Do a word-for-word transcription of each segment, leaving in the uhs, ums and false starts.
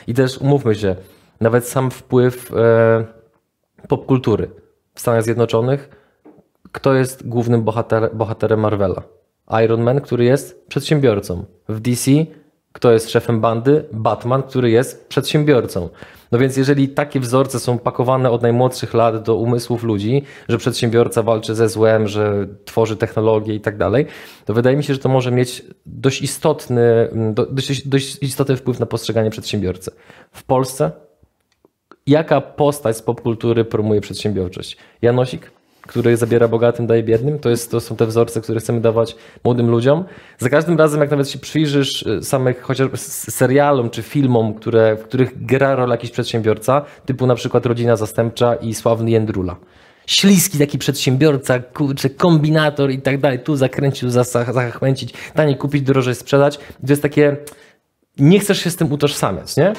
I też umówmy się, nawet sam wpływ e, popkultury w Stanach Zjednoczonych, kto jest głównym bohater, bohaterem Marvela? Iron Man, który jest przedsiębiorcą. W D C kto jest szefem bandy? Batman, który jest przedsiębiorcą. No więc jeżeli takie wzorce są pakowane od najmłodszych lat do umysłów ludzi, że przedsiębiorca walczy ze złem, że tworzy technologię i tak dalej, to wydaje mi się, że to może mieć dość istotny, dość, dość istotny wpływ na postrzeganie przedsiębiorcy. W Polsce jaka postać z popkultury promuje przedsiębiorczość? Janosik, który zabiera bogatym, daje biednym. To, jest, to są te wzorce, które chcemy dawać młodym ludziom. Za każdym razem, jak nawet się przyjrzysz samych chociażby serialom czy filmom, które, w których gra rolę jakiś przedsiębiorca, typu na przykład Rodzina Zastępcza i Sławny Jędrula. Śliski taki przedsiębiorca, kurczę, kombinator i tak dalej. Tu zakręcił, zachęcić, taniej kupić, drożej sprzedać. I to jest takie, nie chcesz się z tym utożsamiać, nie?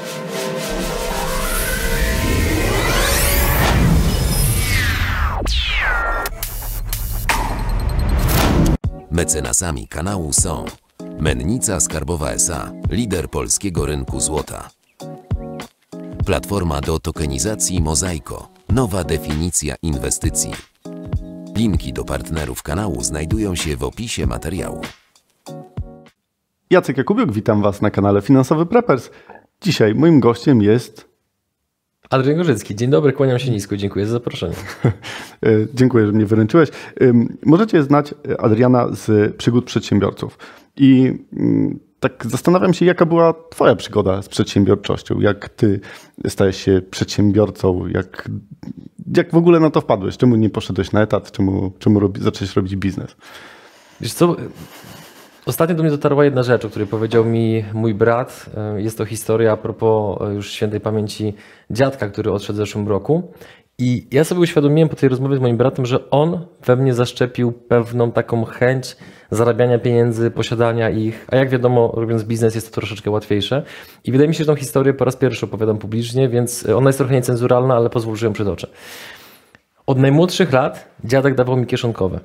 Mecenasami kanału są Mennica Skarbowa S A, lider polskiego rynku złota. Platforma do tokenizacji Mozaiko, nowa definicja inwestycji. Linki do partnerów kanału znajdują się w opisie materiału. Jacek Jakubiuk, witam Was na kanale Finansowy Preppers. Dzisiaj moim gościem jest... Adrian Gorzycki. Dzień dobry, kłaniam się nisko. Dziękuję za zaproszenie. Dziękuję, że mnie wyręczyłeś. Możecie znać Adriana z przygód przedsiębiorców. I tak zastanawiam się, jaka była Twoja przygoda z przedsiębiorczością. Jak Ty stajesz się przedsiębiorcą? Jak, jak w ogóle na to wpadłeś? Czemu nie poszedłeś na etat? Czemu, czemu robi, zacząłeś robić biznes? Wiesz co... Ostatnio do mnie dotarła jedna rzecz, o której powiedział mi mój brat. Jest to historia a propos już świętej pamięci dziadka, który odszedł w zeszłym roku. I ja sobie uświadomiłem po tej rozmowie z moim bratem, że on we mnie zaszczepił pewną taką chęć zarabiania pieniędzy, posiadania ich. A jak wiadomo, robiąc biznes jest to troszeczkę łatwiejsze. I wydaje mi się, że tą historię po raz pierwszy opowiadam publicznie, więc ona jest trochę niecenzuralna, ale pozwól, że ją przytoczę. Od najmłodszych lat dziadek dawał mi kieszonkowe.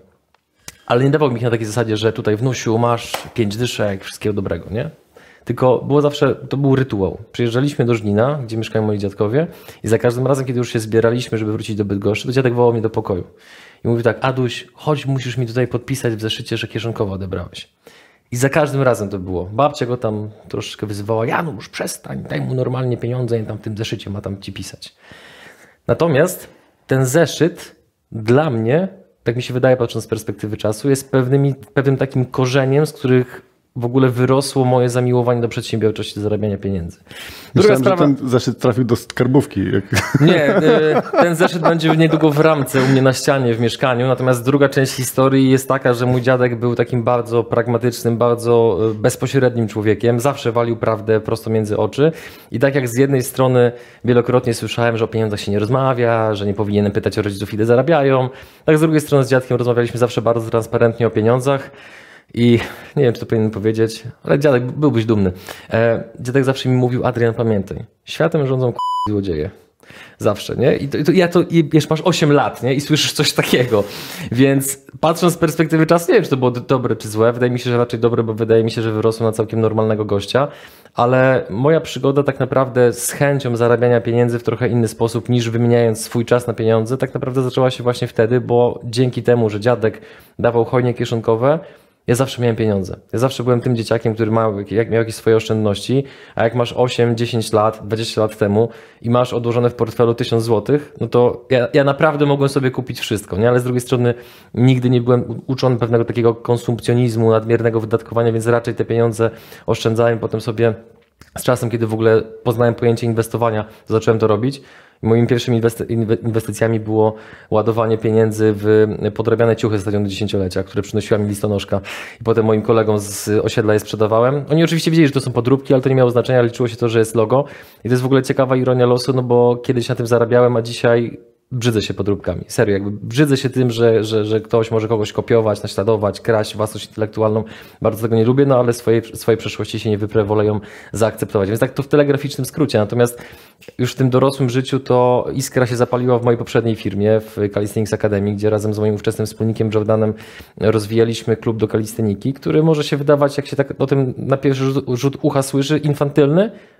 Ale nie dawał mi ich na takiej zasadzie, że tutaj wnusiu masz pięć dyszek, wszystkiego dobrego, nie? Tylko było zawsze, to był rytuał. Przyjeżdżaliśmy do Żnina, gdzie mieszkają moi dziadkowie i za każdym razem, kiedy już się zbieraliśmy, żeby wrócić do Bydgoszczy, to dziadek wołał mnie do pokoju. I mówi tak: Aduś, chodź, musisz mi tutaj podpisać w zeszycie, że kieszonkowo odebrałeś. I za każdym razem to było. Babcia go tam troszeczkę wyzywała: Janusz, przestań, daj mu normalnie pieniądze i tam w tym zeszycie ma tam ci pisać. Natomiast ten zeszyt dla mnie, tak mi się wydaje, patrząc z perspektywy czasu, jest pewnymi, pewnym takim korzeniem, z których w ogóle wyrosło moje zamiłowanie do przedsiębiorczości, do zarabiania pieniędzy. Druga Myślałem, sprawa... że ten zeszyt trafił do skarbówki. Nie, ten zeszyt będzie niedługo w ramce u mnie na ścianie w mieszkaniu, natomiast druga część historii jest taka, że mój dziadek był takim bardzo pragmatycznym, bardzo bezpośrednim człowiekiem, zawsze walił prawdę prosto między oczy i tak jak z jednej strony wielokrotnie słyszałem, że o pieniądzach się nie rozmawia, że nie powinienem pytać o rodziców, ile zarabiają, tak z drugiej strony z dziadkiem rozmawialiśmy zawsze bardzo transparentnie o pieniądzach. I nie wiem, czy to powinienem powiedzieć, ale dziadek, byłbyś dumny. E, dziadek zawsze mi mówił: Adrian, pamiętaj, światem rządzą k***y złodzieje. Zawsze, nie? I to, i to, ja to, i wiesz, masz osiem lat, nie? I słyszysz coś takiego. Więc patrząc z perspektywy czasu, nie wiem, czy to było dobre czy złe. Wydaje mi się, że raczej dobre, bo wydaje mi się, że wyrosłem na całkiem normalnego gościa. Ale moja przygoda tak naprawdę z chęcią zarabiania pieniędzy w trochę inny sposób niż wymieniając swój czas na pieniądze, tak naprawdę zaczęła się właśnie wtedy, bo dzięki temu, że dziadek dawał hojnie kieszonkowe, ja zawsze miałem pieniądze. Ja zawsze byłem tym dzieciakiem, który miał, jak miał jakieś swoje oszczędności, a jak masz osiem, dziesięć lat, dwadzieścia lat temu i masz odłożone w portfelu tysiąc złotych, no to ja, ja naprawdę mogłem sobie kupić wszystko, nie? Ale z drugiej strony nigdy nie byłem uczony pewnego takiego konsumpcjonizmu, nadmiernego wydatkowania, więc raczej te pieniądze oszczędzałem, potem sobie z czasem, kiedy w ogóle poznałem pojęcie inwestowania, to zacząłem to robić. Moimi pierwszymi inwestycjami było ładowanie pieniędzy w podrabiane ciuchy z stadionu dziesięciolecia, które przynosiła mi listonoszka i potem moim kolegom z osiedla je sprzedawałem. Oni oczywiście wiedzieli, że to są podróbki, ale to nie miało znaczenia, liczyło się to, że jest logo. I to jest w ogóle ciekawa ironia losu, no bo kiedyś na tym zarabiałem, a dzisiaj brzydzę się podróbkami. Serio, jakby brzydzę się tym, że, że, że ktoś może kogoś kopiować, naśladować, kraść własność intelektualną. Bardzo tego nie lubię, no ale swojej, swojej przeszłości się nie wyprę, wolę ją zaakceptować. Więc tak to w telegraficznym skrócie. Natomiast już w tym dorosłym życiu to iskra się zapaliła w mojej poprzedniej firmie, w Calisthenics Academy, gdzie razem z moim ówczesnym wspólnikiem Jordanem rozwijaliśmy klub do kalisteniki, który może się wydawać, jak się tak o tym na pierwszy rzut, rzut ucha słyszy, infantylny,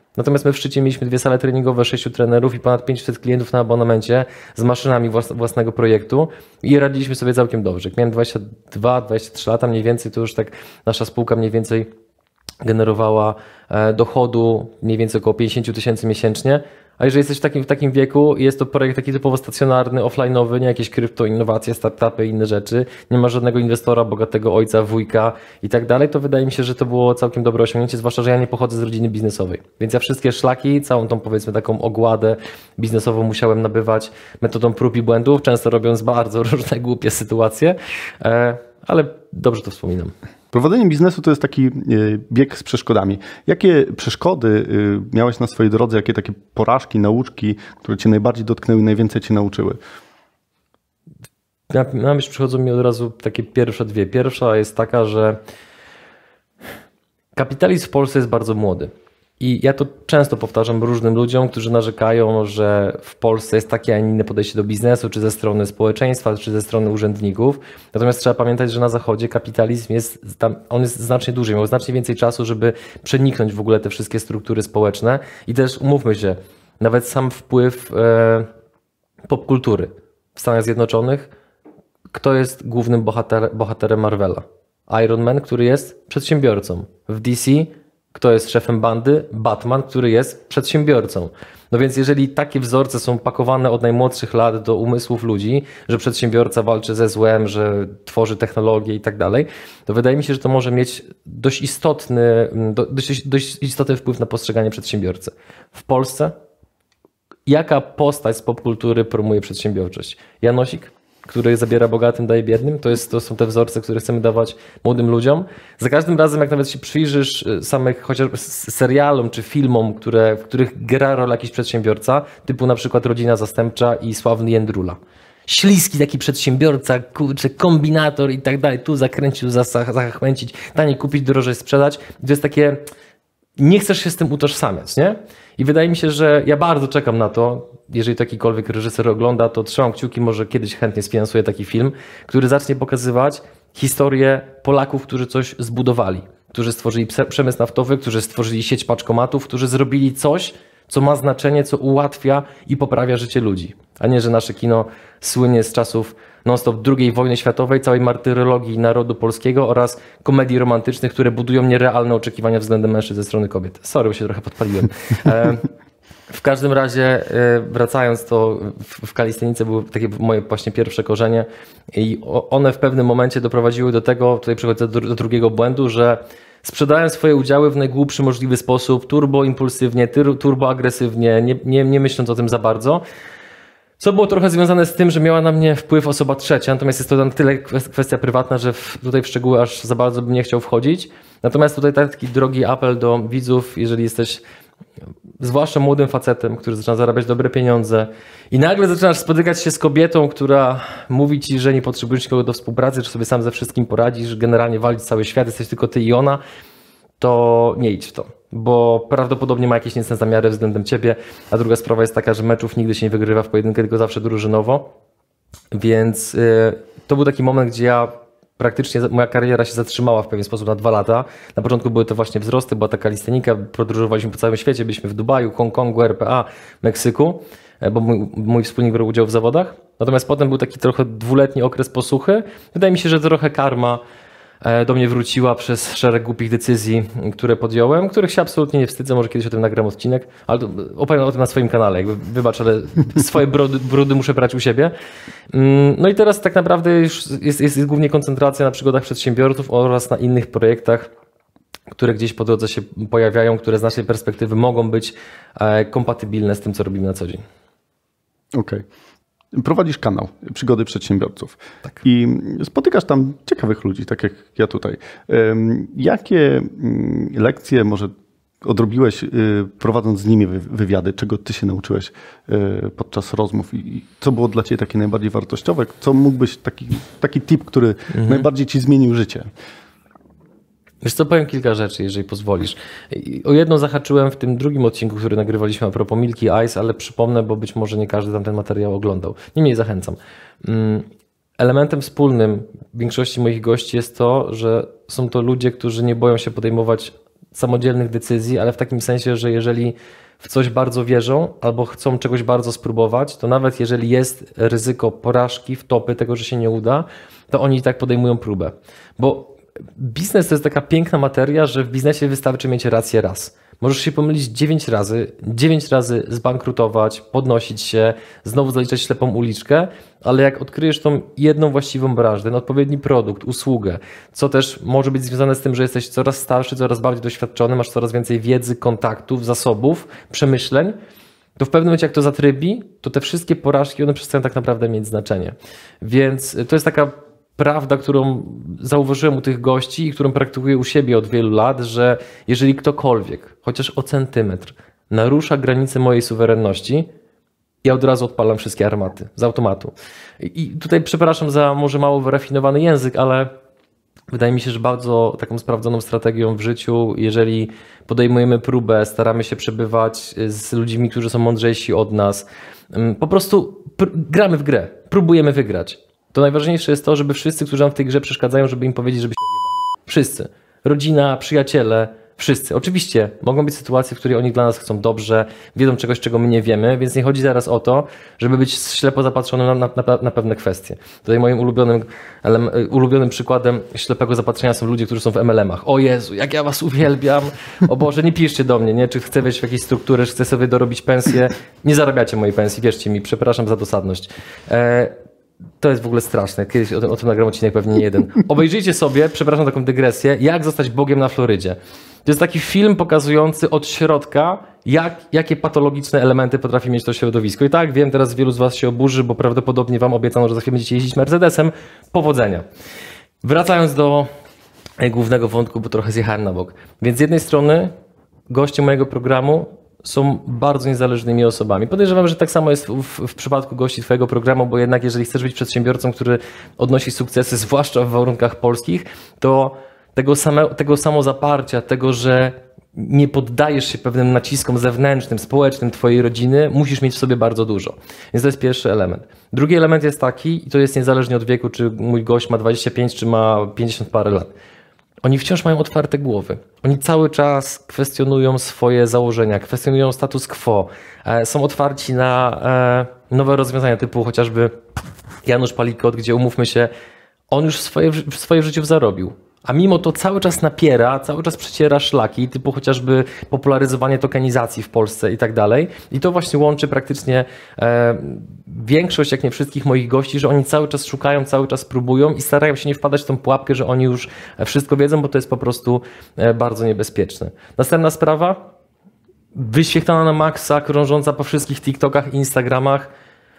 Natomiast my w Szczycie mieliśmy dwie sale treningowe, sześciu trenerów i ponad pięćset klientów na abonamencie z maszynami włas własnego projektu i radziliśmy sobie całkiem dobrze. Jak miałem dwadzieścia dwa dwadzieścia trzy lata mniej więcej, to już tak nasza spółka mniej więcej generowała dochodu mniej więcej około pięćdziesiąt tysięcy miesięcznie. A jeżeli jesteś w takim, w takim wieku i jest to projekt taki typowo stacjonarny, offline'owy, nie jakieś krypto, innowacje, startupy i inne rzeczy, nie ma żadnego inwestora, bogatego ojca, wujka i tak dalej, to wydaje mi się, że to było całkiem dobre osiągnięcie, zwłaszcza, że ja nie pochodzę z rodziny biznesowej. Więc ja wszystkie szlaki, całą tą powiedzmy taką ogładę biznesową musiałem nabywać metodą prób i błędów, często robiąc bardzo różne głupie sytuacje, ale dobrze to wspominam. Prowadzenie biznesu to jest taki bieg z przeszkodami. Jakie przeszkody miałeś na swojej drodze, jakie takie porażki, nauczki, które cię najbardziej dotknęły i najwięcej cię nauczyły? Na myśl przychodzą mi od razu takie pierwsze dwie. Pierwsza jest taka, że kapitalizm w Polsce jest bardzo młody. I ja to często powtarzam różnym ludziom, którzy narzekają, że w Polsce jest takie, a nie inne podejście do biznesu, czy ze strony społeczeństwa, czy ze strony urzędników. Natomiast trzeba pamiętać, że na Zachodzie kapitalizm jest, tam, on jest znacznie dłużej, miał znacznie więcej czasu, żeby przeniknąć w ogóle te wszystkie struktury społeczne. I też umówmy się, nawet sam wpływ e, popkultury w Stanach Zjednoczonych, kto jest głównym bohater, bohaterem Marvela? Iron Man, który jest przedsiębiorcą. W D C kto jest szefem bandy? Batman, który jest przedsiębiorcą. No więc jeżeli takie wzorce są pakowane od najmłodszych lat do umysłów ludzi, że przedsiębiorca walczy ze złem, że tworzy technologię i tak dalej, to wydaje mi się, że to może mieć dość istotny, dość, dość istotny wpływ na postrzeganie przedsiębiorcy. W Polsce jaka postać z popkultury promuje przedsiębiorczość? Janosik, który zabiera bogatym, daje biednym. To, jest, to są te wzorce, które chcemy dawać młodym ludziom. Za każdym razem, jak nawet się przyjrzysz samych chociażby serialom czy filmom, które, w których gra rolę jakiś przedsiębiorca, typu na przykład Rodzina Zastępcza i Sławny Jędrula. Śliski taki przedsiębiorca, kurczę, kombinator i tak dalej. Tu zakręcił, zachęcić, taniej kupić, drożej sprzedać. I to jest takie, nie chcesz się z tym utożsamiać, nie? I wydaje mi się, że ja bardzo czekam na to, jeżeli to jakikolwiek reżyser ogląda, to trzymam kciuki, może kiedyś chętnie sfinansuje taki film, który zacznie pokazywać historię Polaków, którzy coś zbudowali, którzy stworzyli przemysł naftowy, którzy stworzyli sieć paczkomatów, którzy zrobili coś, co ma znaczenie, co ułatwia i poprawia życie ludzi. A nie, że nasze kino słynie z czasów non-stop drugiej wojny światowej, całej martyrologii narodu polskiego oraz komedii romantycznych, które budują nierealne oczekiwania względem mężczyzn ze strony kobiet. Sorry, bo się trochę podpaliłem. W każdym razie, wracając, to w kalistenice były takie moje właśnie pierwsze korzenie i one w pewnym momencie doprowadziły do tego, tutaj przechodzę do, do drugiego błędu, że sprzedałem swoje udziały w najgłupszy możliwy sposób, turbo impulsywnie, turbo agresywnie, nie, nie, nie myśląc o tym za bardzo. Co było trochę związane z tym, że miała na mnie wpływ osoba trzecia, natomiast jest to na tyle kwestia prywatna, że w, tutaj w szczegóły aż za bardzo bym nie chciał wchodzić. Natomiast tutaj taki drogi apel do widzów, jeżeli jesteś zwłaszcza młodym facetem, który zaczyna zarabiać dobre pieniądze i nagle zaczynasz spotykać się z kobietą, która mówi ci, że nie potrzebujesz nikogo do współpracy, że sobie sam ze wszystkim poradzisz, generalnie walić cały świat, jesteś tylko ty i ona, to nie idź w to, bo prawdopodobnie ma jakieś niecne zamiary względem ciebie, a druga sprawa jest taka, że meczów nigdy się nie wygrywa w pojedynkę, tylko zawsze drużynowo, więc yy, to był taki moment, gdzie ja praktycznie moja kariera się zatrzymała w pewien sposób na dwa lata. Na początku były to właśnie wzrosty, była ta kalistenika, podróżowaliśmy po całym świecie, byliśmy w Dubaju, Hongkongu, R P A, Meksyku, bo mój, mój wspólnik brał udział w zawodach. Natomiast potem był taki trochę dwuletni okres posłuchy. Wydaje mi się, że trochę karma do mnie wróciła przez szereg głupich decyzji, które podjąłem, których się absolutnie nie wstydzę, może kiedyś o tym nagram odcinek, ale opowiem o tym na swoim kanale, jakby, wybacz, ale swoje brudy, brudy muszę brać u siebie. No i teraz tak naprawdę już jest, jest, jest głównie koncentracja na przygodach przedsiębiorców oraz na innych projektach, które gdzieś po drodze się pojawiają, które z naszej perspektywy mogą być kompatybilne z tym, co robimy na co dzień. Okej. Okay. Prowadzisz kanał Przygody Przedsiębiorców tak. I spotykasz tam ciekawych ludzi, tak jak ja tutaj. Jakie lekcje może odrobiłeś prowadząc z nimi wywiady? Czego ty się nauczyłeś podczas rozmów i co było dla ciebie takie najbardziej wartościowe? Co mógłbyś, taki, taki tip, który mhm. najbardziej ci zmienił życie? Wiesz co, powiem kilka rzeczy, jeżeli pozwolisz. O jedno zahaczyłem w tym drugim odcinku, który nagrywaliśmy a propos Milky Ice, ale przypomnę, bo być może nie każdy tam ten materiał oglądał. Niemniej zachęcam. Elementem wspólnym większości moich gości jest to, że są to ludzie, którzy nie boją się podejmować samodzielnych decyzji, ale w takim sensie, że jeżeli w coś bardzo wierzą albo chcą czegoś bardzo spróbować, to nawet jeżeli jest ryzyko porażki, wtopy, tego, że się nie uda, to oni i tak podejmują próbę. Bo biznes to jest taka piękna materia, że w biznesie wystarczy mieć rację raz. Możesz się pomylić dziewięć razy, dziewięć razy zbankrutować, podnosić się, znowu zaliczać ślepą uliczkę, ale jak odkryjesz tą jedną właściwą branżę, ten odpowiedni produkt, usługę, co też może być związane z tym, że jesteś coraz starszy, coraz bardziej doświadczony, masz coraz więcej wiedzy, kontaktów, zasobów, przemyśleń, to w pewnym momencie jak to zatrybi, to te wszystkie porażki, one przestają tak naprawdę mieć znaczenie. Więc to jest taka prawda, którą zauważyłem u tych gości i którą praktykuję u siebie od wielu lat, że jeżeli ktokolwiek, chociaż o centymetr, narusza granice mojej suwerenności, ja od razu odpalam wszystkie armaty z automatu. I tutaj przepraszam za może mało wyrafinowany język, ale wydaje mi się, że bardzo taką sprawdzoną strategią w życiu, jeżeli podejmujemy próbę, staramy się przebywać z ludźmi, którzy są mądrzejsi od nas, po prostu gramy w grę, próbujemy wygrać. To najważniejsze jest to, żeby wszyscy, którzy nam w tej grze przeszkadzają, żeby im powiedzieć, żeby się odjebali. Wszyscy. Rodzina, przyjaciele, wszyscy. Oczywiście mogą być sytuacje, w której oni dla nas chcą dobrze, wiedzą czegoś, czego my nie wiemy, więc nie chodzi zaraz o to, żeby być ślepo zapatrzonym na, na, na, na pewne kwestie. Tutaj moim ulubionym, ulubionym przykładem ślepego zapatrzenia są ludzie, którzy są w M L M-ach. O Jezu, jak ja was uwielbiam. O Boże, nie piszcie do mnie, nie? Czy chcę wejść w jakieś struktury, czy chcę sobie dorobić pensję. Nie zarabiacie mojej pensji, wierzcie mi, przepraszam za dosadność. E To jest w ogóle straszne. Kiedyś o tym, o tym nagram odcinek, pewnie nie jeden. Obejrzyjcie sobie, przepraszam taką dygresję, Jak zostać Bogiem na Florydzie. To jest taki film pokazujący od środka, jak, jakie patologiczne elementy potrafi mieć to środowisko. I tak, wiem, teraz wielu z was się oburzy, bo prawdopodobnie wam obiecano, że za chwilę będziecie jeździć Mercedesem. Powodzenia. Wracając do głównego wątku, bo trochę zjechałem na bok. Więc z jednej strony goście mojego programu są bardzo niezależnymi osobami. Podejrzewam, że tak samo jest w, w, w przypadku gości twojego programu, bo jednak jeżeli chcesz być przedsiębiorcą, który odnosi sukcesy, zwłaszcza w warunkach polskich, to tego, same, tego samozaparcia, tego, że nie poddajesz się pewnym naciskom zewnętrznym, społecznym twojej rodziny, musisz mieć w sobie bardzo dużo. Więc to jest pierwszy element. Drugi element jest taki, i to jest niezależnie od wieku, czy mój gość ma dwadzieścia pięć, czy ma pięćdziesiąt parę lat. Oni wciąż mają otwarte głowy. Oni cały czas kwestionują swoje założenia, kwestionują status quo. Są otwarci na nowe rozwiązania typu chociażby Janusz Palikot, gdzie umówmy się, on już swoje, swoje w życiu zarobił. A mimo to cały czas napiera, cały czas przeciera szlaki, typu chociażby popularyzowanie tokenizacji w Polsce i tak dalej. I to właśnie łączy praktycznie e, większość, jak nie wszystkich moich gości, że oni cały czas szukają, cały czas próbują i starają się nie wpadać w tą pułapkę, że oni już wszystko wiedzą, bo to jest po prostu e, bardzo niebezpieczne. Następna sprawa, wyświetlana na maksa, krążąca po wszystkich TikTokach i Instagramach.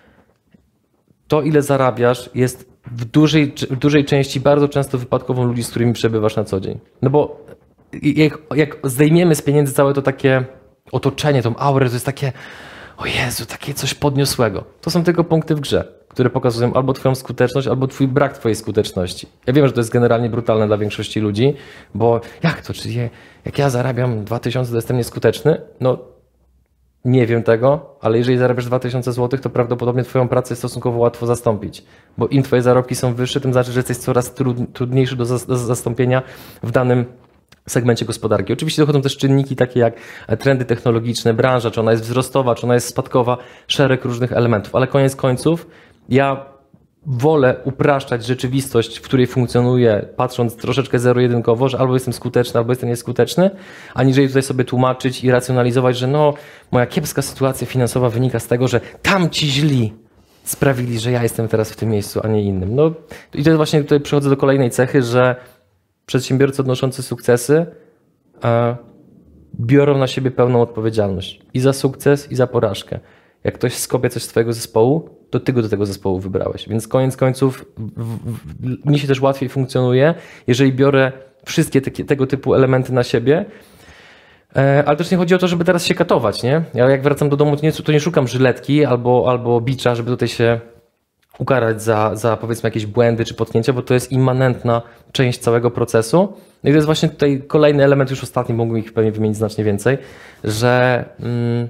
To, ile zarabiasz, jest w dużej, w dużej części bardzo często wypadkową ludzi, z którymi przebywasz na co dzień. No bo jak, jak zdejmiemy z pieniędzy całe to takie otoczenie, tą aurę, to jest takie, o Jezu, takie coś podniosłego. To są tylko punkty w grze, które pokazują albo twoją skuteczność, albo twój brak twojej skuteczności. Ja wiem, że to jest generalnie brutalne dla większości ludzi, bo jak to, czy je, jak ja zarabiam dwa tysiące, to jestem nieskuteczny? No nie wiem tego, ale jeżeli zarabiasz dwa tysiące złotych, to prawdopodobnie twoją pracę jest stosunkowo łatwo zastąpić. Bo im twoje zarobki są wyższe, tym znaczy, że jesteś coraz trudniejszy do zastąpienia w danym segmencie gospodarki. Oczywiście dochodzą też czynniki takie jak trendy technologiczne, branża, czy ona jest wzrostowa, czy ona jest spadkowa, szereg różnych elementów. Ale koniec końców ja wolę upraszczać rzeczywistość, w której funkcjonuję, patrząc troszeczkę zero-jedynkowo, że albo jestem skuteczny, albo jestem nieskuteczny, aniżeli tutaj sobie tłumaczyć i racjonalizować, że no, moja kiepska sytuacja finansowa wynika z tego, że tamci źli sprawili, że ja jestem teraz w tym miejscu, a nie innym. No i to właśnie tutaj przechodzę do kolejnej cechy, że przedsiębiorcy odnoszący sukcesy e, biorą na siebie pełną odpowiedzialność i za sukces, i za porażkę. Jak ktoś skopie coś z twojego zespołu, to ty go do tego zespołu wybrałeś. Więc koniec końców w, w, mi się też łatwiej funkcjonuje, jeżeli biorę wszystkie te, tego typu elementy na siebie. E, ale też nie chodzi o to, żeby teraz się katować, nie? Ja jak wracam do domu, to nie, to nie szukam żyletki albo, albo bicza, żeby tutaj się ukarać za, za powiedzmy jakieś błędy czy potknięcia, bo to jest immanentna część całego procesu. No i to jest właśnie tutaj kolejny element, już ostatni, mógłbym ich pewnie wymienić znacznie więcej, że mm,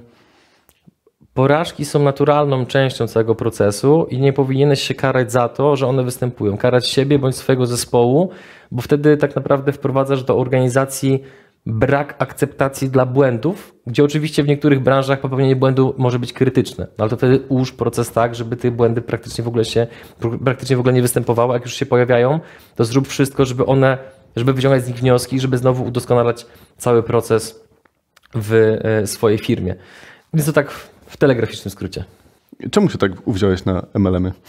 porażki są naturalną częścią całego procesu i nie powinieneś się karać za to, że one występują. Karać siebie bądź swojego zespołu, bo wtedy tak naprawdę wprowadzasz do organizacji brak akceptacji dla błędów, gdzie oczywiście w niektórych branżach popełnienie błędu może być krytyczne, ale to wtedy ułóż proces tak, żeby te błędy praktycznie w ogóle się, praktycznie w ogóle nie występowały. Jak już się pojawiają, to zrób wszystko, żeby one, żeby wyciągać z nich wnioski, żeby znowu udoskonalać cały proces w swojej firmie. Więc to tak w telegraficznym skrócie. Czemu się tak uwziąłeś na M L M-y?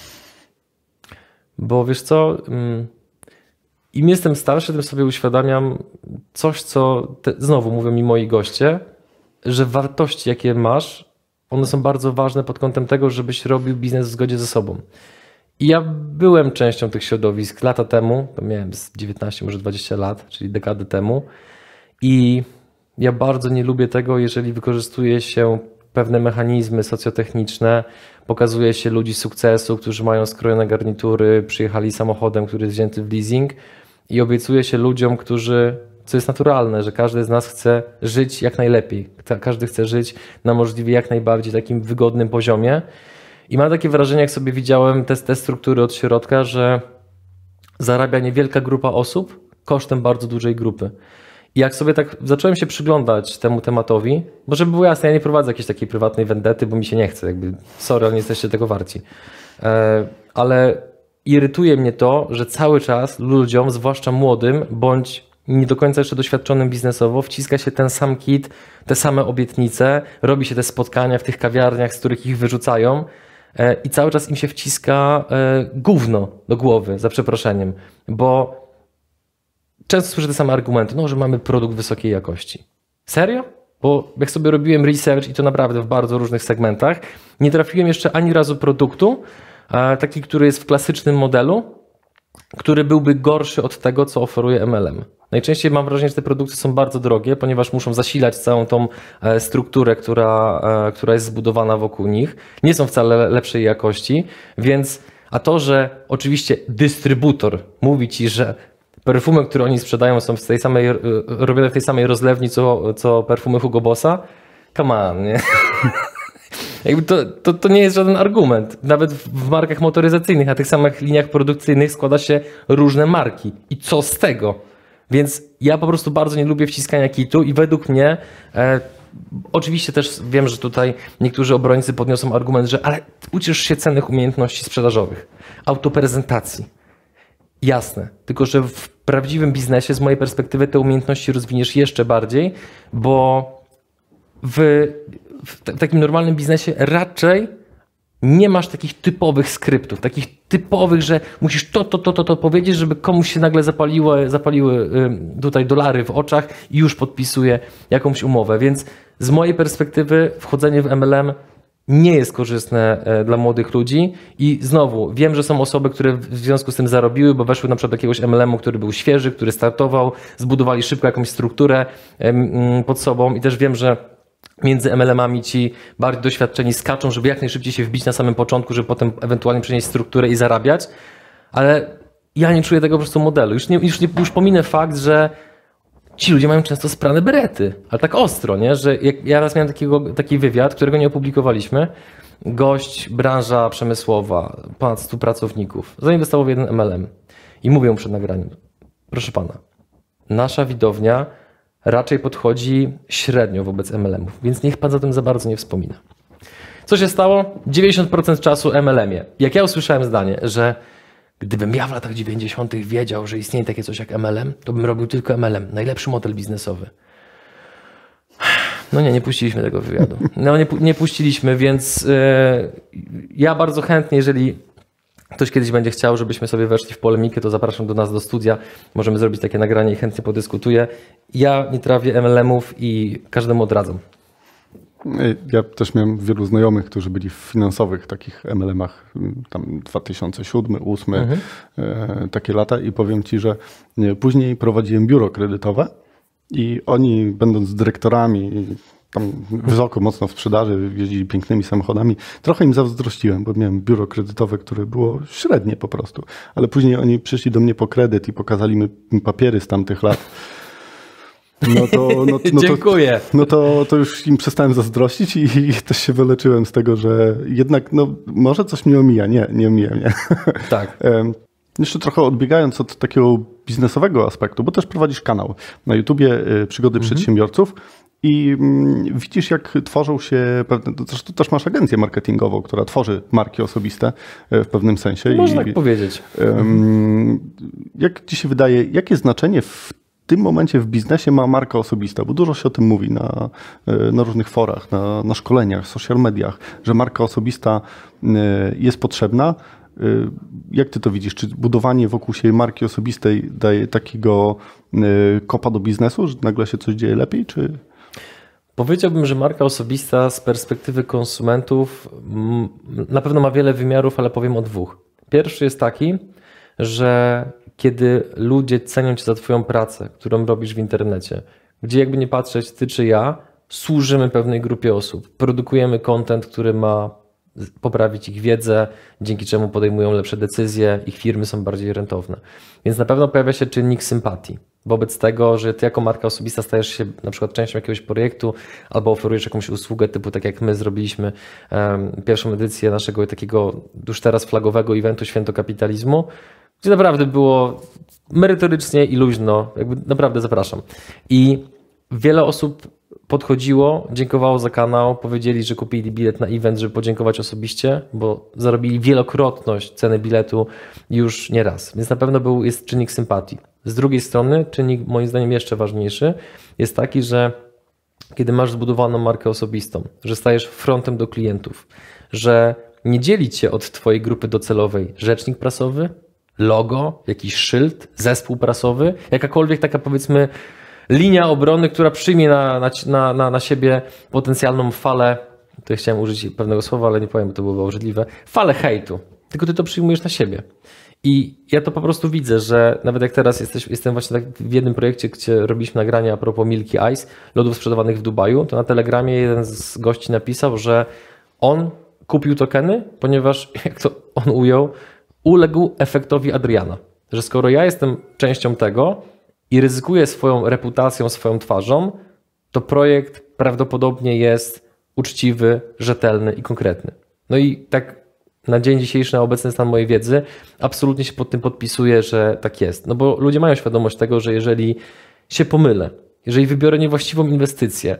Bo wiesz co, im jestem starszy, tym sobie uświadamiam coś, co te, znowu mówią mi moi goście, że wartości, jakie masz, one są bardzo ważne pod kątem tego, żebyś robił biznes w zgodzie ze sobą. I ja byłem częścią tych środowisk lata temu, to miałem z dziewiętnaście, może dwadzieścia lat, czyli dekadę temu. I ja bardzo nie lubię tego, jeżeli wykorzystuje się pewne mechanizmy socjotechniczne, pokazuje się ludzi sukcesu, którzy mają skrojone garnitury, przyjechali samochodem, który jest wzięty w leasing i obiecuje się ludziom, którzy, co jest naturalne, że każdy z nas chce żyć jak najlepiej. Każdy chce żyć na możliwie jak najbardziej takim wygodnym poziomie. I mam takie wrażenie, jak sobie widziałem te, te struktury od środka, że zarabia niewielka grupa osób kosztem bardzo dużej grupy. I jak sobie tak zacząłem się przyglądać temu tematowi, bo żeby było jasne, ja nie prowadzę jakiejś takiej prywatnej vendety, bo mi się nie chce, jakby sorry, ale nie jesteście tego warci. Ale irytuje mnie to, że cały czas ludziom, zwłaszcza młodym, bądź nie do końca jeszcze doświadczonym biznesowo, wciska się ten sam kit, te same obietnice, robi się te spotkania w tych kawiarniach, z których ich wyrzucają i cały czas im się wciska gówno do głowy, za przeproszeniem, bo często słyszę te same argumenty, no, że mamy produkt wysokiej jakości. Serio? Bo jak sobie robiłem research i to naprawdę w bardzo różnych segmentach, nie trafiłem jeszcze ani razu produktu, taki, który jest w klasycznym modelu, który byłby gorszy od tego, co oferuje M L M. Najczęściej mam wrażenie, że te produkty są bardzo drogie, ponieważ muszą zasilać całą tą strukturę, która, która jest zbudowana wokół nich. Nie są wcale lepszej jakości, więc a to, że oczywiście dystrybutor mówi ci, że perfumy, które oni sprzedają, są z tej samej, robione w tej samej rozlewni, co, co perfumy Hugo Bossa. Come on, nie? Jakby to, to, to nie jest żaden argument. Nawet w markach motoryzacyjnych, na tych samych liniach produkcyjnych składa się różne marki. I co z tego? Więc ja po prostu bardzo nie lubię wciskania kitu i według mnie, e, oczywiście też wiem, że tutaj niektórzy obrońcy podniosą argument, że ale uczysz się cennych umiejętności sprzedażowych, autoprezentacji. Jasne, tylko że w prawdziwym biznesie z mojej perspektywy te umiejętności rozwiniesz jeszcze bardziej, bo w, w takim normalnym biznesie raczej nie masz takich typowych skryptów, takich typowych, że musisz to, to, to, to, to powiedzieć, żeby komuś się nagle zapaliły, zapaliły tutaj dolary w oczach i już podpisuje jakąś umowę. Więc z mojej perspektywy wchodzenie w M L M nie jest korzystne dla młodych ludzi i znowu wiem, że są osoby, które w związku z tym zarobiły, bo weszły na przykład do jakiegoś M L M-u, który był świeży, który startował, zbudowali szybko jakąś strukturę pod sobą i też wiem, że między M L M-ami ci bardziej doświadczeni skaczą, żeby jak najszybciej się wbić na samym początku, żeby potem ewentualnie przenieść strukturę i zarabiać, ale ja nie czuję tego po prostu modelu. Już, nie, już, nie, już pominę fakt, że ci ludzie mają często sprane berety, ale tak ostro, nie? Że jak ja raz miałem takiego, taki wywiad, którego nie opublikowaliśmy. Gość, branża przemysłowa, ponad stu pracowników, zainwestował w jeden M L M i mówię mu przed nagraniem, proszę pana, nasza widownia raczej podchodzi średnio wobec M L M-ów, więc niech pan za tym za bardzo nie wspomina. Co się stało? dziewięćdziesiąt procent czasu M L M-ie. Jak ja usłyszałem zdanie, że gdybym ja w latach dziewięćdziesiątych wiedział, że istnieje takie coś jak M L M, to bym robił tylko M L M. Najlepszy model biznesowy. No nie, nie puściliśmy tego wywiadu. No nie, nie puściliśmy, więc yy, ja bardzo chętnie, jeżeli ktoś kiedyś będzie chciał, żebyśmy sobie weszli w polemikę, to zapraszam do nas do studia. Możemy zrobić takie nagranie i chętnie podyskutuję. Ja nie trawię M L M-ów i każdemu odradzam. Ja też miałem wielu znajomych, którzy byli w finansowych takich M L M-ach, tam dwa tysiące siódmy, dwa tysiące ósmy, mhm. e, takie lata i powiem ci, że później prowadziłem biuro kredytowe i oni, będąc dyrektorami, tam wysoko, mocno w sprzedaży, jeździli pięknymi samochodami, trochę im zazdrościłem, bo miałem biuro kredytowe, które było średnie po prostu, ale później oni przyszli do mnie po kredyt i pokazali mi papiery z tamtych lat. No to, no, no Dziękuję. To, no to, to już im przestałem zazdrościć i, i też się wyleczyłem z tego, że jednak no, może coś mnie omija. Nie, nie omija mnie. Tak. Jeszcze trochę odbiegając od takiego biznesowego aspektu, bo też prowadzisz kanał na YouTubie Przygody mhm. Przedsiębiorców i widzisz, jak tworzą się pewne, zresztą też masz agencję marketingową, która tworzy marki osobiste w pewnym sensie. Można I, tak powiedzieć. Jak ci się wydaje, jakie znaczenie w W tym momencie w biznesie ma marka osobista, bo dużo się o tym mówi na, na różnych forach, na, na szkoleniach, social mediach, że marka osobista jest potrzebna. Jak ty to widzisz? Czy budowanie wokół siebie marki osobistej daje takiego kopa do biznesu, że nagle się coś dzieje lepiej? Czy... Powiedziałbym, że marka osobista z perspektywy konsumentów na pewno ma wiele wymiarów, ale powiem o dwóch. Pierwszy jest taki, że kiedy ludzie cenią cię za twoją pracę, którą robisz w internecie, gdzie jakby nie patrzeć, ty czy ja, służymy pewnej grupie osób. Produkujemy content, który ma poprawić ich wiedzę, dzięki czemu podejmują lepsze decyzje, ich firmy są bardziej rentowne. Więc na pewno pojawia się czynnik sympatii wobec tego, że ty jako marka osobista stajesz się na przykład częścią jakiegoś projektu albo oferujesz jakąś usługę typu tak jak my zrobiliśmy um, pierwszą edycję naszego takiego już teraz flagowego eventu Święto Kapitalizmu, gdzie naprawdę było merytorycznie i luźno, jakby naprawdę zapraszam. I wiele osób podchodziło, dziękowało za kanał, powiedzieli, że kupili bilet na event, żeby podziękować osobiście, bo zarobili wielokrotność ceny biletu już nie raz. Więc na pewno był, jest czynnik sympatii. Z drugiej strony czynnik moim zdaniem jeszcze ważniejszy jest taki, że kiedy masz zbudowaną markę osobistą, że stajesz frontem do klientów, że nie dzieli cię od twojej grupy docelowej rzecznik prasowy, logo, jakiś szyld, zespół prasowy, jakakolwiek taka powiedzmy linia obrony, która przyjmie na, na, na, na siebie potencjalną falę, tutaj chciałem użyć pewnego słowa, ale nie powiem, bo to byłoby obrzydliwe, falę hejtu, tylko ty to przyjmujesz na siebie. I ja to po prostu widzę, że nawet jak teraz jesteś, jestem właśnie tak w jednym projekcie, gdzie robiliśmy nagrania a propos Milky Ice, lodów sprzedawanych w Dubaju, to na Telegramie jeden z gości napisał, że on kupił tokeny, ponieważ, jak to on ujął, uległ efektowi Adriana. Że skoro ja jestem częścią tego i ryzykuję swoją reputacją, swoją twarzą, to projekt prawdopodobnie jest uczciwy, rzetelny i konkretny. No i tak na dzień dzisiejszy, na obecny stan mojej wiedzy, absolutnie się pod tym podpisuję, że tak jest. No bo ludzie mają świadomość tego, że jeżeli się pomylę, jeżeli wybiorę niewłaściwą inwestycję,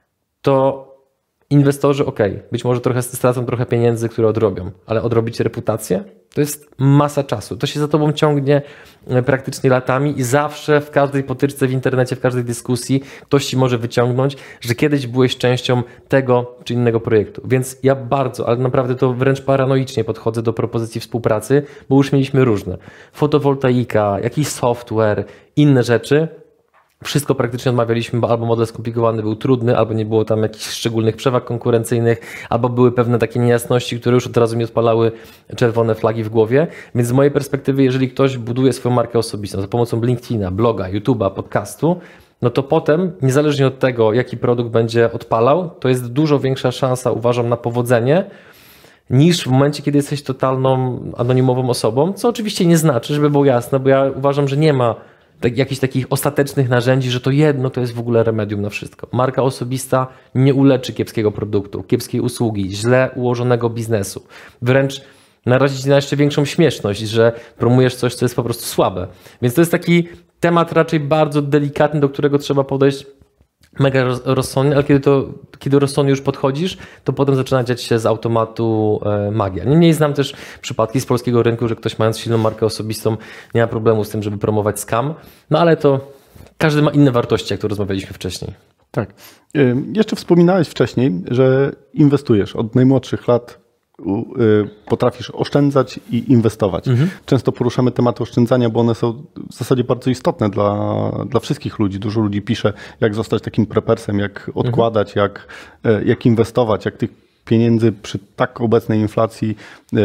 to inwestorzy, ok, być może trochę stracą trochę pieniędzy, które odrobią, ale odrobić reputację to jest masa czasu. To się za tobą ciągnie praktycznie latami i zawsze w każdej potyczce w internecie, w każdej dyskusji ktoś ci może wyciągnąć, że kiedyś byłeś częścią tego czy innego projektu. Więc ja bardzo, ale naprawdę to wręcz paranoicznie podchodzę do propozycji współpracy, bo już mieliśmy różne. Fotowoltaika, jakiś software, inne rzeczy. Wszystko praktycznie odmawialiśmy, bo albo model skomplikowany był trudny, albo nie było tam jakichś szczególnych przewag konkurencyjnych, albo były pewne takie niejasności, które już od razu mi odpalały czerwone flagi w głowie. Więc z mojej perspektywy, jeżeli ktoś buduje swoją markę osobistą za pomocą LinkedIna, bloga, YouTube'a, podcastu, no to potem, niezależnie od tego, jaki produkt będzie odpalał, to jest dużo większa szansa, uważam, na powodzenie, niż w momencie, kiedy jesteś totalną anonimową osobą, co oczywiście nie znaczy, żeby było jasne, bo ja uważam, że nie ma tak, jakichś takich ostatecznych narzędzi, że to jedno to jest w ogóle remedium na wszystko. Marka osobista nie uleczy kiepskiego produktu, kiepskiej usługi, źle ułożonego biznesu. Wręcz narazi ci na jeszcze większą śmieszność, że promujesz coś, co jest po prostu słabe. Więc to jest taki temat raczej bardzo delikatny, do którego trzeba podejść mega rozsądnie, ale kiedy, to, kiedy rozsądnie już podchodzisz, to potem zaczyna dziać się z automatu e, magia. Niemniej znam też przypadki z polskiego rynku, że ktoś mając silną markę osobistą nie ma problemu z tym, żeby promować scam, no ale to każdy ma inne wartości, jak to rozmawialiśmy wcześniej. Tak. Jeszcze wspominałeś wcześniej, że inwestujesz od najmłodszych lat. Potrafisz oszczędzać i inwestować. Mhm. Często poruszamy tematy oszczędzania, bo one są w zasadzie bardzo istotne dla, dla wszystkich ludzi. Dużo ludzi pisze, jak zostać takim prepersem, jak odkładać, mhm. jak, jak inwestować, jak tych pieniędzy przy tak obecnej inflacji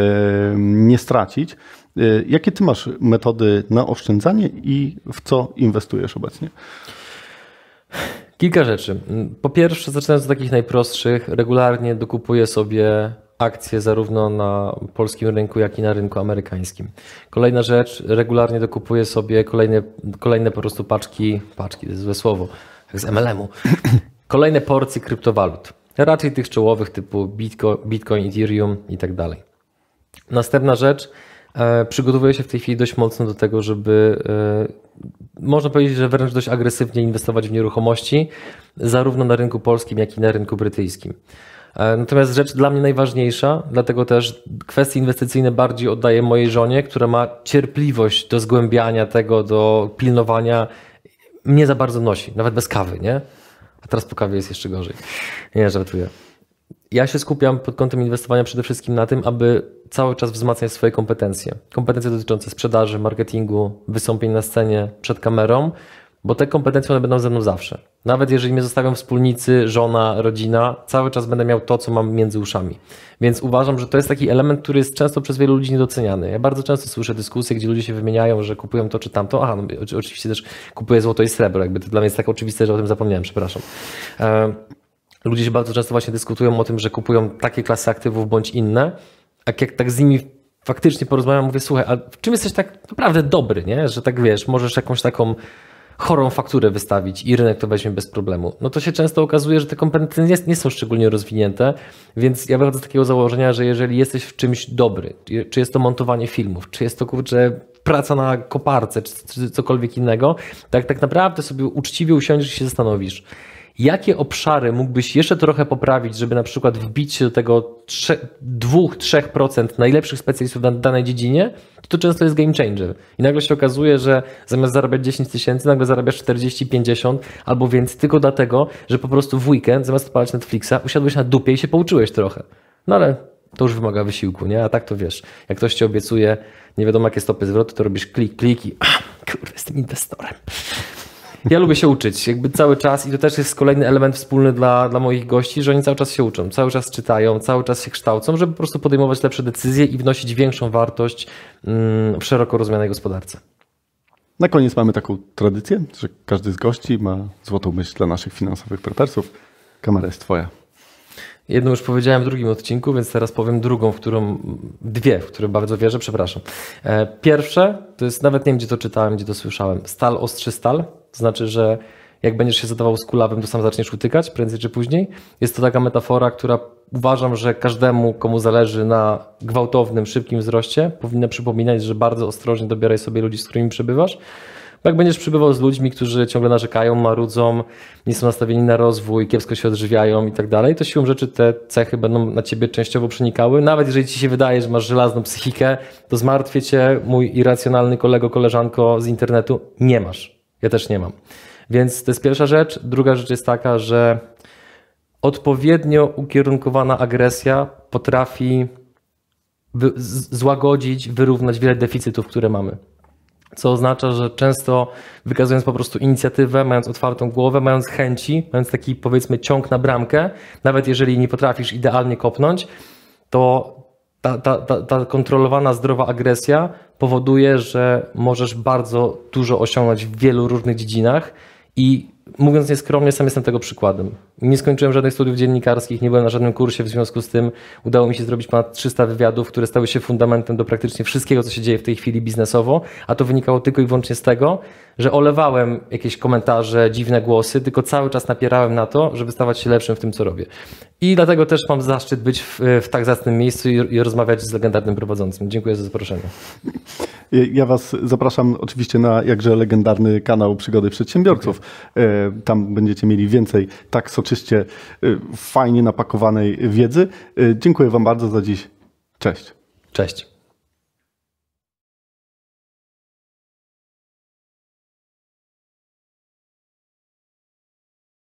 nie stracić. Jakie ty masz metody na oszczędzanie i w co inwestujesz obecnie? Kilka rzeczy. Po pierwsze, zaczynając od takich najprostszych, regularnie dokupuję sobie akcje zarówno na polskim rynku, jak i na rynku amerykańskim. Kolejna rzecz, regularnie dokupuję sobie kolejne, kolejne po prostu paczki, paczki to jest złe słowo, jak z M L M-u, kolejne porcje kryptowalut. Raczej tych czołowych typu Bitcoin, Bitcoin Ethereum i tak dalej. Następna rzecz, E, przygotowuję się w tej chwili dość mocno do tego, żeby e, można powiedzieć, że wręcz dość agresywnie inwestować w nieruchomości, zarówno na rynku polskim, jak i na rynku brytyjskim. E, natomiast rzecz dla mnie najważniejsza, dlatego też kwestie inwestycyjne bardziej oddaję mojej żonie, która ma cierpliwość do zgłębiania tego, do pilnowania, mnie za bardzo nosi, nawet bez kawy, nie? A teraz po kawie jest jeszcze gorzej. Nie, żartuję. Ja się skupiam pod kątem inwestowania przede wszystkim na tym, aby cały czas wzmacniać swoje kompetencje. Kompetencje dotyczące sprzedaży, marketingu, wystąpień na scenie, przed kamerą, bo te kompetencje one będą ze mną zawsze. Nawet jeżeli mnie zostawią wspólnicy, żona, rodzina, cały czas będę miał to, co mam między uszami. Więc uważam, że to jest taki element, który jest często przez wielu ludzi niedoceniany. Ja bardzo często słyszę dyskusje, gdzie ludzie się wymieniają, że kupują to czy tamto. Aha, no, oczywiście też kupuję złoto i srebro. Jakby to dla mnie jest tak oczywiste, że o tym zapomniałem, przepraszam. E Ludzie się bardzo często właśnie dyskutują o tym, że kupują takie klasy aktywów bądź inne, a jak tak z nimi faktycznie porozmawiam, mówię, słuchaj, a w czym jesteś tak naprawdę dobry, nie? Że tak wiesz, możesz jakąś taką chorą fakturę wystawić i rynek to weźmie bez problemu. No to się często okazuje, że te kompetencje nie, nie są szczególnie rozwinięte, więc ja wychodzę z takiego założenia, że jeżeli jesteś w czymś dobry, czy jest to montowanie filmów, czy jest to kurczę praca na koparce, czy, czy cokolwiek innego, tak tak naprawdę sobie uczciwie usiądziesz i się zastanowisz, jakie obszary mógłbyś jeszcze trochę poprawić, żeby na przykład wbić się do tego dwa do trzech procent najlepszych specjalistów w danej dziedzinie, to często jest game changer. I nagle się okazuje, że zamiast zarabiać dziesięć tysięcy, nagle zarabiasz czterdzieści, pięćdziesiąt albo więcej tylko dlatego, że po prostu w weekend zamiast odpalać Netflixa usiadłeś na dupie i się pouczyłeś trochę. No ale to już wymaga wysiłku, nie? A tak to wiesz, jak ktoś ci obiecuje, nie wiadomo jakie stopy zwrotu, to robisz klik, klik i kurde, jestem inwestorem. Ja lubię się uczyć, jakby cały czas i to też jest kolejny element wspólny dla, dla moich gości, że oni cały czas się uczą, cały czas czytają, cały czas się kształcą, żeby po prostu podejmować lepsze decyzje i wnosić większą wartość mm, w szeroko rozumianej gospodarce. Na koniec mamy taką tradycję, że każdy z gości ma złotą myśl dla naszych finansowych prepersów. Kamera jest twoja. Jedną już powiedziałem w drugim odcinku, więc teraz powiem drugą, w którą, dwie, w które bardzo wierzę, przepraszam. Pierwsze, to jest, nawet nie wiem, gdzie to czytałem, gdzie to słyszałem, stal ostrzy stal, to znaczy, że jak będziesz się zadawał z kulawem, to sam zaczniesz utykać, prędzej czy później. Jest to taka metafora, która uważam, że każdemu, komu zależy na gwałtownym, szybkim wzroście, powinna przypominać, że bardzo ostrożnie dobieraj sobie ludzi, z którymi przebywasz. Bo jak będziesz przybywał z ludźmi, którzy ciągle narzekają, marudzą, nie są nastawieni na rozwój, kiepsko się odżywiają i tak dalej, to siłą rzeczy te cechy będą na ciebie częściowo przenikały. Nawet jeżeli ci się wydaje, że masz żelazną psychikę, to zmartwię cię, mój irracjonalny kolego, koleżanko z internetu, nie masz. Ja też nie mam. Więc to jest pierwsza rzecz. Druga rzecz jest taka, że odpowiednio ukierunkowana agresja potrafi wy- złagodzić, wyrównać wiele deficytów, które mamy. Co oznacza, że często wykazując po prostu inicjatywę, mając otwartą głowę, mając chęci, mając taki powiedzmy ciąg na bramkę, nawet jeżeli nie potrafisz idealnie kopnąć, to ta, ta, ta, ta kontrolowana, zdrowa agresja powoduje, że możesz bardzo dużo osiągnąć w wielu różnych dziedzinach i mówiąc nieskromnie, sam jestem tego przykładem. Nie skończyłem żadnych studiów dziennikarskich, nie byłem na żadnym kursie, w związku z tym udało mi się zrobić ponad trzysta wywiadów, które stały się fundamentem do praktycznie wszystkiego, co się dzieje w tej chwili biznesowo, a to wynikało tylko i wyłącznie z tego, że olewałem jakieś komentarze, dziwne głosy, tylko cały czas napierałem na to, żeby stawać się lepszym w tym, co robię. I dlatego też mam zaszczyt być w, w tak zacnym miejscu i, i rozmawiać z legendarnym prowadzącym. Dziękuję za zaproszenie. Ja was zapraszam oczywiście na jakże legendarny kanał Przygody Przedsiębiorców. Okay. Tam będziecie mieli więcej tak soczyście, fajnie napakowanej wiedzy. Dziękuję wam bardzo za dziś. Cześć. Cześć.